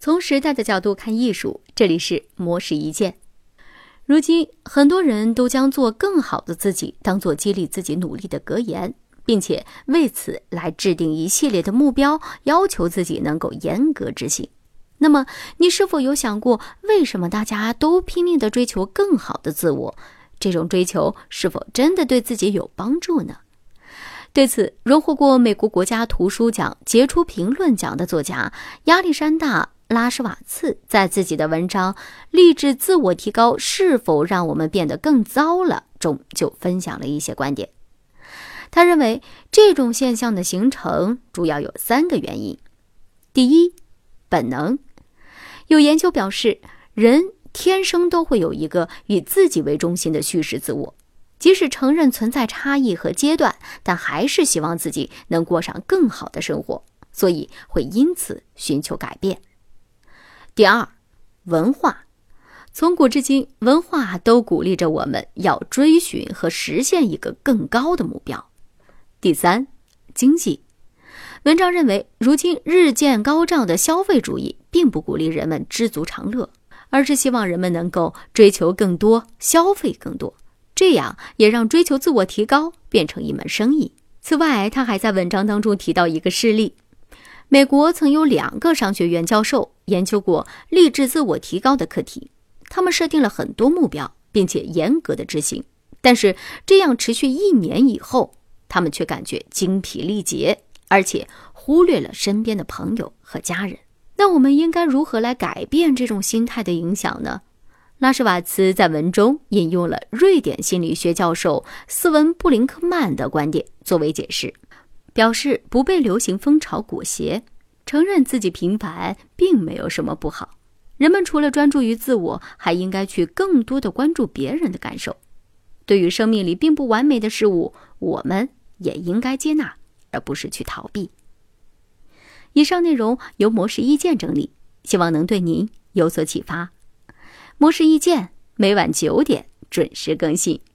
从时代的角度看艺术，这里是魔石一见。如今很多人都将做更好的自己当作激励自己努力的格言，并且为此来制定一系列的目标，要求自己能够严格执行。那么你是否有想过，为什么大家都拼命地追求更好的自我？这种追求是否真的对自己有帮助呢？对此，荣获过美国国家图书奖杰出评论奖的作家亚历山大·拉什瓦茨在自己的文章《励志自我提高是否让我们变得更糟了》中就分享了一些观点。他认为这种现象的形成主要有3个原因。第一，本能。有研究表示，人天生都会有一个以自己为中心的叙事自我，即使承认存在差异和阶段，但还是希望自己能过上更好的生活，所以会因此寻求改变。第二，文化。从古至今，文化都鼓励着我们要追寻和实现一个更高的目标。第三，经济。文章认为，如今日渐高涨的消费主义并不鼓励人们知足常乐，而是希望人们能够追求更多，消费更多，这样也让追求自我提高变成一门生意。此外，他还在文章当中提到一个事例，美国曾有2个商学院教授研究过励志自我提高的课题，他们设定了很多目标，并且严格的执行，但是这样持续1年以后，他们却感觉精疲力竭，而且忽略了身边的朋友和家人。那我们应该如何来改变这种心态的影响呢？拉什瓦茨在文中引用了瑞典心理学教授斯文布林克曼的观点作为解释，表示不被流行风潮裹挟，承认自己平凡并没有什么不好。人们除了专注于自我，还应该去更多的关注别人的感受。对于生命里并不完美的事物，我们也应该接纳，而不是去逃避。以上内容由魔石意见整理，希望能对您有所启发。魔石意见每晚9点准时更新。